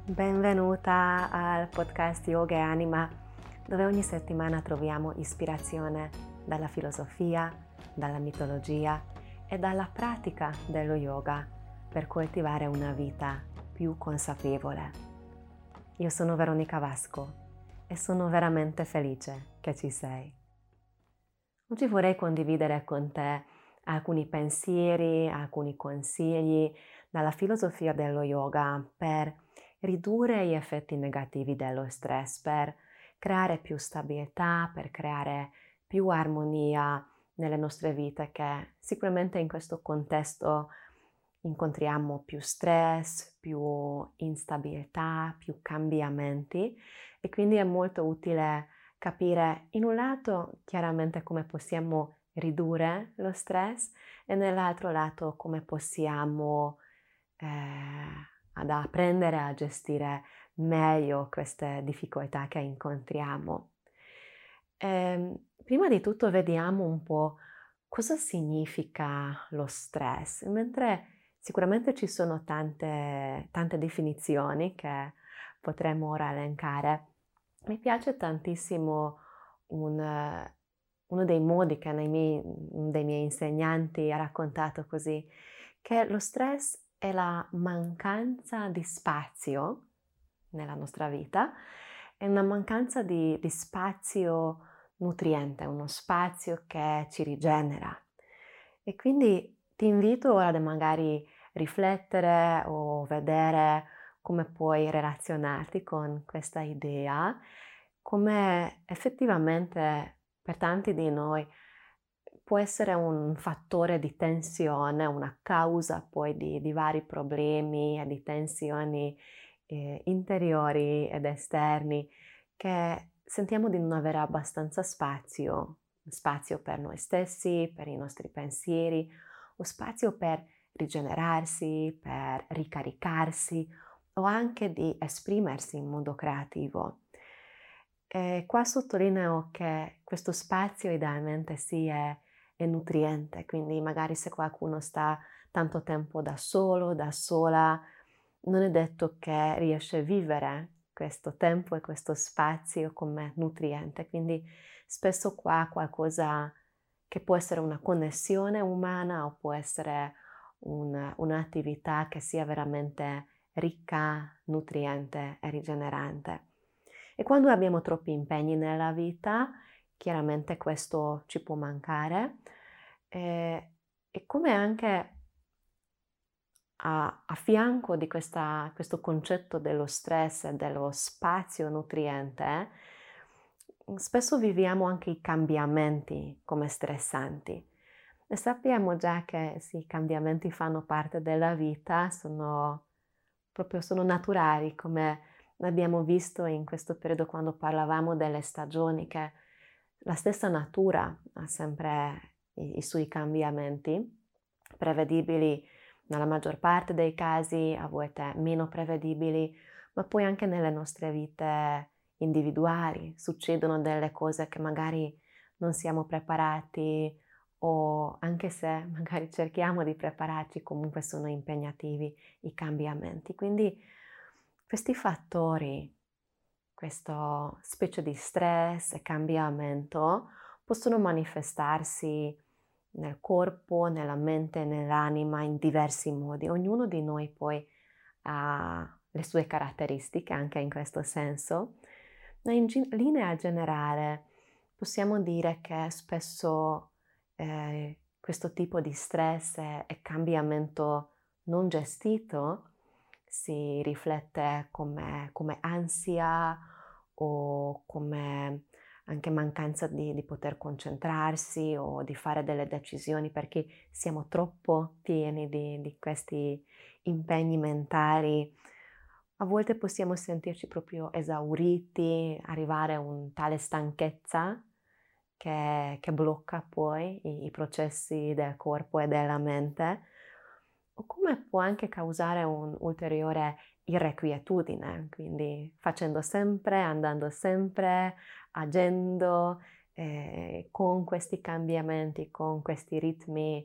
Benvenuta al podcast Yoga e Anima, dove ogni settimana troviamo ispirazione dalla filosofia, dalla mitologia e dalla pratica dello yoga per coltivare una vita più consapevole. Io sono Veronica Vasco e sono veramente felice che ci sei. Oggi vorrei condividere con te alcuni pensieri, alcuni consigli dalla filosofia dello yoga per ridurre gli effetti negativi dello stress, per creare più stabilità, per creare più armonia nelle nostre vite, che sicuramente in questo contesto incontriamo più stress, più instabilità, più cambiamenti e quindi è molto utile capire in un lato chiaramente come possiamo ridurre lo stress e nell'altro lato come possiamo ad apprendere a gestire meglio queste difficoltà che incontriamo. Prima di tutto vediamo un po' cosa significa lo stress, mentre sicuramente ci sono tante definizioni che potremmo ora elencare. Mi piace tantissimo uno dei modi che uno dei miei insegnanti ha raccontato così, che lo stress è la mancanza di spazio nella nostra vita, è una mancanza di spazio nutriente, uno spazio che ci rigenera. E quindi ti invito ora a magari riflettere o vedere come puoi relazionarti con questa idea, come effettivamente per tanti di noi può essere un fattore di tensione, una causa poi di vari problemi e di tensioni interiori ed esterni, che sentiamo di non avere abbastanza spazio per noi stessi, per i nostri pensieri, o spazio per rigenerarsi, per ricaricarsi o anche di esprimersi in modo creativo. E qua sottolineo che questo spazio idealmente è nutriente, quindi magari se qualcuno sta tanto tempo da solo, da sola, non è detto che riesce a vivere questo tempo e questo spazio come nutriente, quindi spesso qua qualcosa che può essere una connessione umana o può essere un'attività che sia veramente ricca, nutriente e rigenerante. E quando abbiamo troppi impegni nella vita, chiaramente questo ci può mancare, e come anche a fianco di questo concetto dello stress e dello spazio nutriente, spesso viviamo anche i cambiamenti come stressanti. E sappiamo già che sì, i cambiamenti fanno parte della vita, sono naturali, come abbiamo visto in questo periodo quando parlavamo delle stagioni, che la stessa natura ha sempre i suoi cambiamenti, prevedibili nella maggior parte dei casi, a volte meno prevedibili, ma poi anche nelle nostre vite individuali succedono delle cose che magari non siamo preparati o anche se magari cerchiamo di prepararci, comunque sono impegnativi i cambiamenti. Quindi questi fattori, questo specie di stress e cambiamento possono manifestarsi nel corpo, nella mente, nell'anima in diversi modi. Ognuno di noi poi ha le sue caratteristiche anche in questo senso, ma in linea generale possiamo dire che spesso questo tipo di stress e cambiamento non gestito si riflette come ansia o come anche mancanza di poter concentrarsi o di fare delle decisioni perché siamo troppo pieni di questi impegni mentali. A volte possiamo sentirci proprio esauriti, arrivare a un tale stanchezza che blocca poi i processi del corpo e della mente, o come può anche causare un'ulteriore irrequietudine, quindi facendo sempre, andando sempre, agendo con questi cambiamenti, con questi ritmi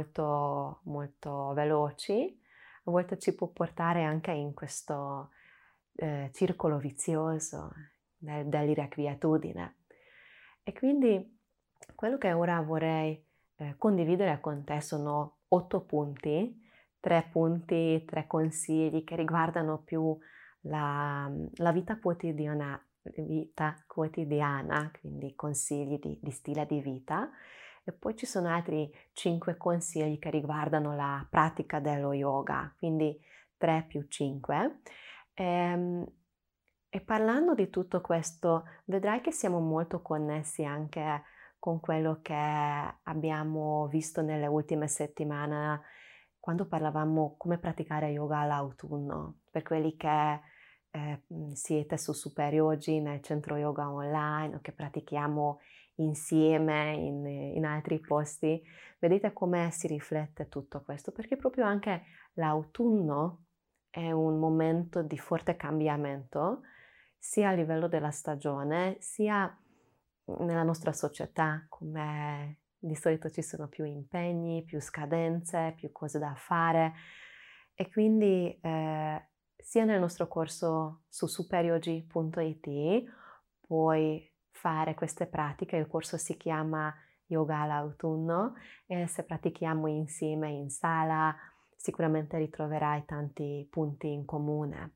molto, molto veloci, a volte ci può portare anche in questo circolo vizioso dell'irrequietudine. E quindi quello che ora vorrei condividere con te sono 8 punti, 3 consigli che riguardano più la vita quotidiana, quindi consigli di stile di vita, e poi ci sono altri 5 consigli che riguardano la pratica dello yoga, quindi 3 più 5. E parlando di tutto questo, vedrai che siamo molto connessi anche con quello che abbiamo visto nelle ultime settimane, quando parlavamo come praticare yoga all'autunno. Per quelli che siete su Super Yogi nel centro yoga online o che pratichiamo insieme in altri posti, vedete come si riflette tutto questo, perché proprio anche l'autunno è un momento di forte cambiamento, sia a livello della stagione, sia nella nostra società, come di solito ci sono più impegni, più scadenze, più cose da fare, e quindi sia nel nostro corso su superyogi.it puoi fare queste pratiche. Il corso si chiama Yoga all'autunno e se pratichiamo insieme in sala sicuramente ritroverai tanti punti in comune.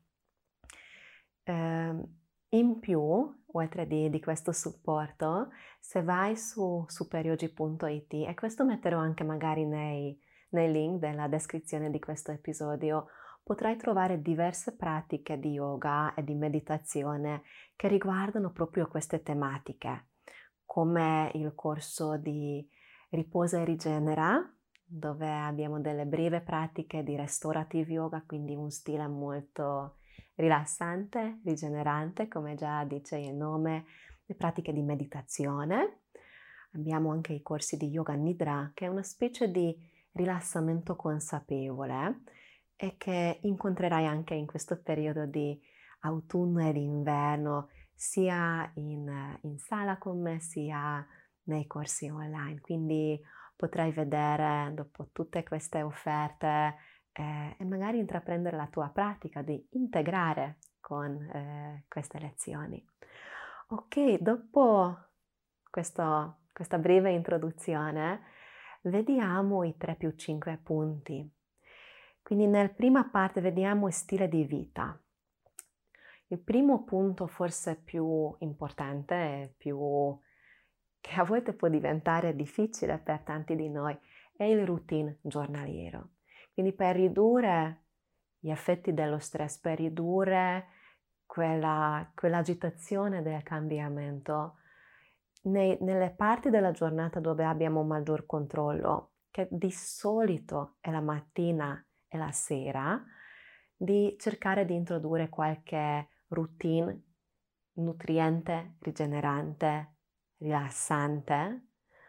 In più, oltre di questo supporto, se vai su superyogi.it, e questo metterò anche magari nei link della descrizione di questo episodio, potrai trovare diverse pratiche di yoga e di meditazione che riguardano proprio queste tematiche, come il corso di Riposa e Rigenera, dove abbiamo delle brevi pratiche di restorative yoga, quindi un stile molto rilassante, rigenerante, come già dice il nome, le pratiche di meditazione. Abbiamo anche i corsi di Yoga Nidra, che è una specie di rilassamento consapevole e che incontrerai anche in questo periodo di autunno e di inverno, sia in sala con me, sia nei corsi online. Quindi potrai vedere, dopo tutte queste offerte, e magari intraprendere la tua pratica di integrare con queste lezioni. Ok, dopo questa breve introduzione, vediamo i 3 più 5 punti. Quindi nella prima parte vediamo il stile di vita. Il primo punto, forse più importante e che a volte può diventare difficile per tanti di noi, è il routine giornaliero. Quindi per ridurre gli effetti dello stress, per ridurre quell'agitazione del cambiamento, nelle parti della giornata dove abbiamo maggior controllo, che di solito è la mattina e la sera, di cercare di introdurre qualche routine nutriente, rigenerante, rilassante.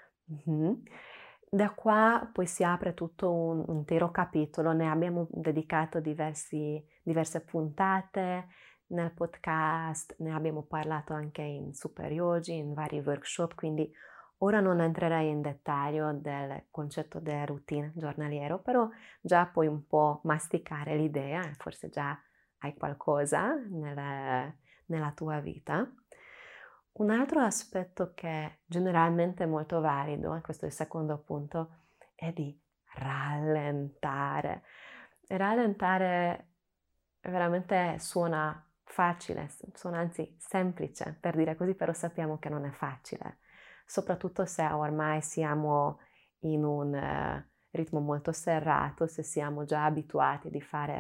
Da qua poi si apre tutto un intero capitolo, ne abbiamo dedicato diverse puntate nel podcast, ne abbiamo parlato anche in Super Yogi, in vari workshop, quindi ora non entrerei in dettaglio del concetto del routine giornaliero, però già puoi un po' masticare l'idea, forse già hai qualcosa nella tua vita. Un altro aspetto che è generalmente molto valido, e questo è il secondo punto, è di rallentare. Rallentare veramente suona facile, suona anzi semplice per dire così, però sappiamo che non è facile, soprattutto se ormai siamo in un ritmo molto serrato, se siamo già abituati di fare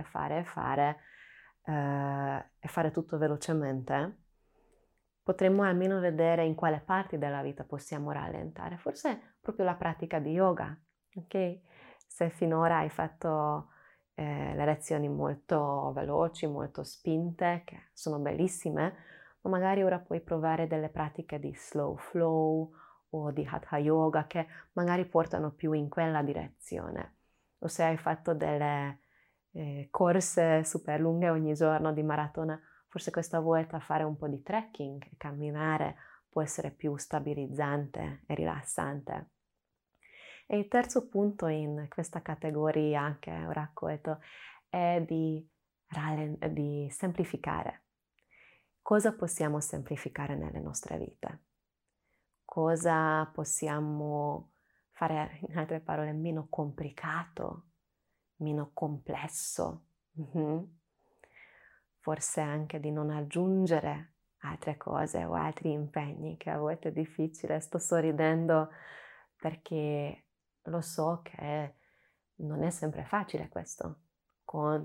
e fare tutto velocemente. Potremmo almeno vedere in quale parti della vita possiamo rallentare, forse proprio la pratica di yoga, ok? Se finora hai fatto le lezioni molto veloci, molto spinte, che sono bellissime, ma magari ora puoi provare delle pratiche di slow flow o di hatha yoga che magari portano più in quella direzione. O se hai fatto delle corse super lunghe ogni giorno di maratona, forse questa volta fare un po' di trekking e camminare può essere più stabilizzante e rilassante. E il terzo punto in questa categoria che ho raccolto è di semplificare. Cosa possiamo semplificare nelle nostre vite? Cosa possiamo fare, in altre parole, meno complicato, meno complesso? Mhm. Forse anche di non aggiungere altre cose o altri impegni, che a volte è difficile. Sto sorridendo perché lo so che non è sempre facile questo, con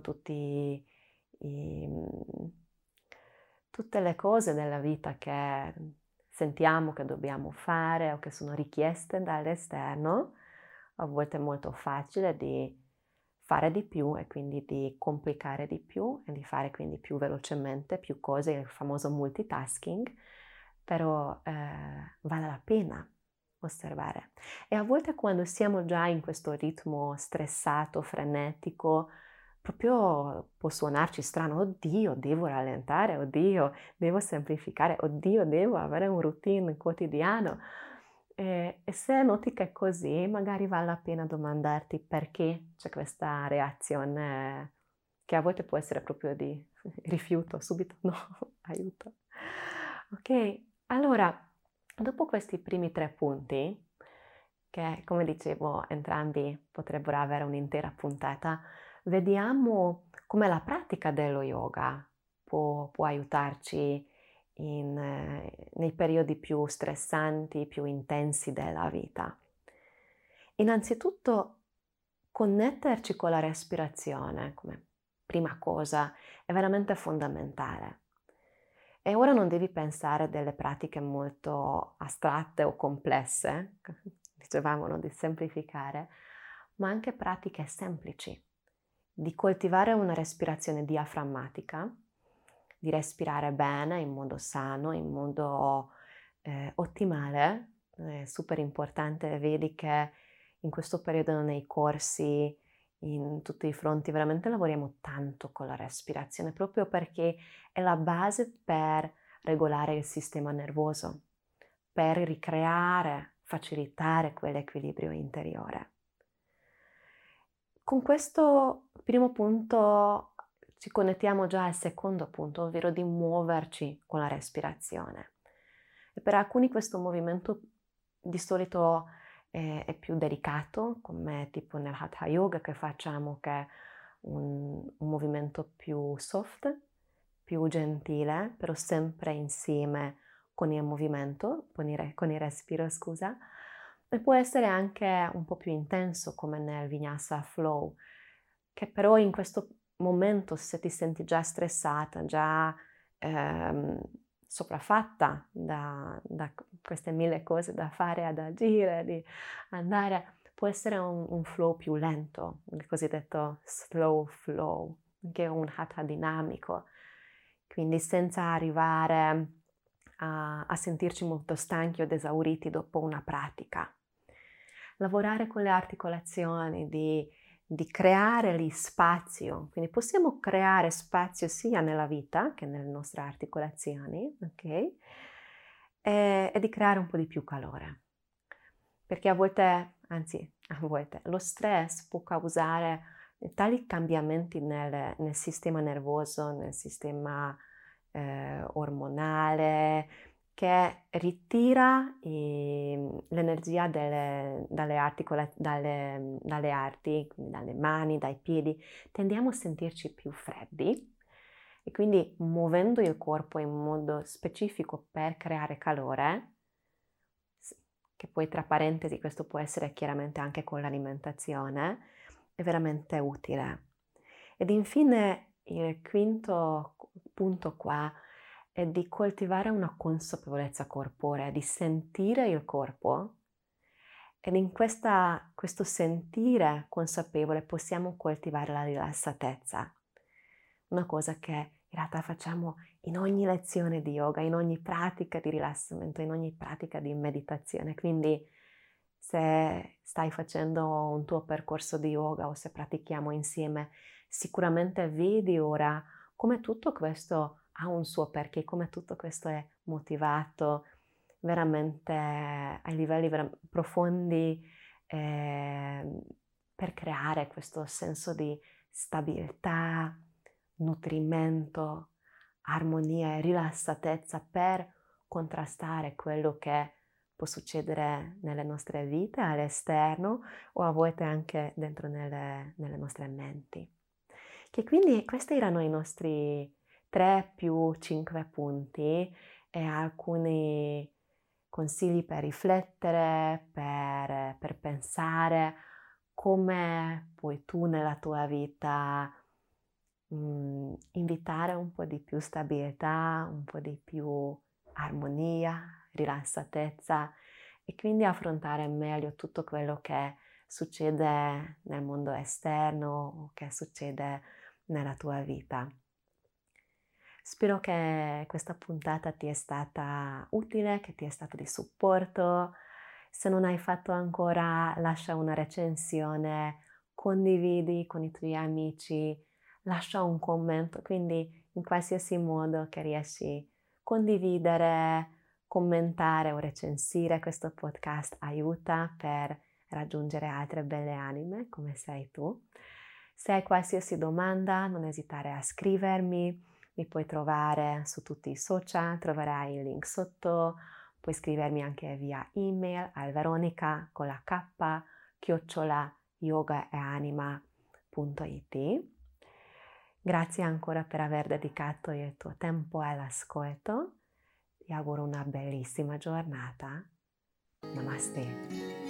tutte le cose della vita che sentiamo che dobbiamo fare o che sono richieste dall'esterno. A volte è molto facile di fare di più e quindi di complicare di più e di fare quindi più velocemente più cose, il famoso multitasking, però vale la pena osservare. E a volte quando siamo già in questo ritmo stressato, frenetico, proprio può suonarci strano: "Oddio, devo rallentare, oddio, devo semplificare, oddio, devo avere un routine quotidiano". E se noti che è così, magari vale la pena domandarti perché c'è questa reazione che a volte può essere proprio di rifiuto, subito no, aiuto. Okay, allora dopo questi primi 3 punti, che come dicevo entrambi potrebbero avere un'intera puntata, vediamo come la pratica dello yoga può aiutarci nei periodi più stressanti, più intensi della vita. Innanzitutto connetterci con la respirazione come prima cosa è veramente fondamentale. E ora non devi pensare a delle pratiche molto astratte o complesse, dicevamo, no, di semplificare, ma anche pratiche semplici, di coltivare una respirazione diaframmatica, di respirare bene, in modo sano, in modo ottimale. È super importante, vedi che in questo periodo nei corsi, in tutti i fronti, veramente lavoriamo tanto con la respirazione, proprio perché è la base per regolare il sistema nervoso, per ricreare, facilitare quell'equilibrio interiore. Con questo primo punto ci connettiamo già al secondo punto, ovvero di muoverci con la respirazione. E per alcuni questo movimento di solito è più delicato, come tipo nel Hatha Yoga che facciamo, che è un movimento più soft, più gentile, però sempre insieme con il movimento, con il respiro, scusa. E può essere anche un po' più intenso, come nel Vinyasa Flow, che però in questo momento, se ti senti già stressata, già ehm, sopraffatta da queste 1000 cose da fare, ad agire, di andare, può essere un flow più lento, il cosiddetto slow flow, che è un hatha dinamico, quindi senza arrivare a sentirci molto stanchi o esauriti dopo una pratica. Lavorare con le articolazioni, di creare lì spazio, quindi possiamo creare spazio sia nella vita che nelle nostre articolazioni, ok? E di creare un po' di più calore, perché a volte, anzi a volte, lo stress può causare tali cambiamenti nel sistema nervoso, nel sistema ormonale, che ritira l'energia dalle arti, quindi dalle mani, dai piedi. Tendiamo a sentirci più freddi e quindi muovendo il corpo in modo specifico per creare calore, che poi tra parentesi questo può essere chiaramente anche con l'alimentazione, è veramente utile. Ed infine il quinto punto qua è di coltivare una consapevolezza corporea, di sentire il corpo ed in questo sentire consapevole possiamo coltivare la rilassatezza, una cosa che in realtà facciamo in ogni lezione di yoga, in ogni pratica di rilassamento, in ogni pratica di meditazione. Quindi se stai facendo un tuo percorso di yoga o se pratichiamo insieme, sicuramente vedi ora come tutto questo ha un suo perché, come tutto questo è motivato veramente ai livelli profondi eh, per creare questo senso di stabilità, nutrimento, armonia e rilassatezza per contrastare quello che può succedere nelle nostre vite all'esterno o a volte anche dentro nelle nostre menti. Che quindi questi erano i nostri 3 più 5 punti e alcuni consigli per riflettere, per pensare come puoi tu nella tua vita invitare un po' di più stabilità, un po' di più armonia, rilassatezza e quindi affrontare meglio tutto quello che succede nel mondo esterno o che succede nella tua vita. Spero che questa puntata ti è stata utile, che ti è stata di supporto. Se non hai fatto ancora, lascia una recensione, condividi con i tuoi amici, lascia un commento, quindi in qualsiasi modo che riesci condividere, commentare o recensire questo podcast aiuta per raggiungere altre belle anime come sei tu. Se hai qualsiasi domanda, non esitare a scrivermi. Mi puoi trovare su tutti i social, troverai il link sotto, puoi scrivermi anche via email al Veronica con la K @yogaeanima.it. Grazie ancora per aver dedicato il tuo tempo all'ascolto. Ti auguro una bellissima giornata. Namaste.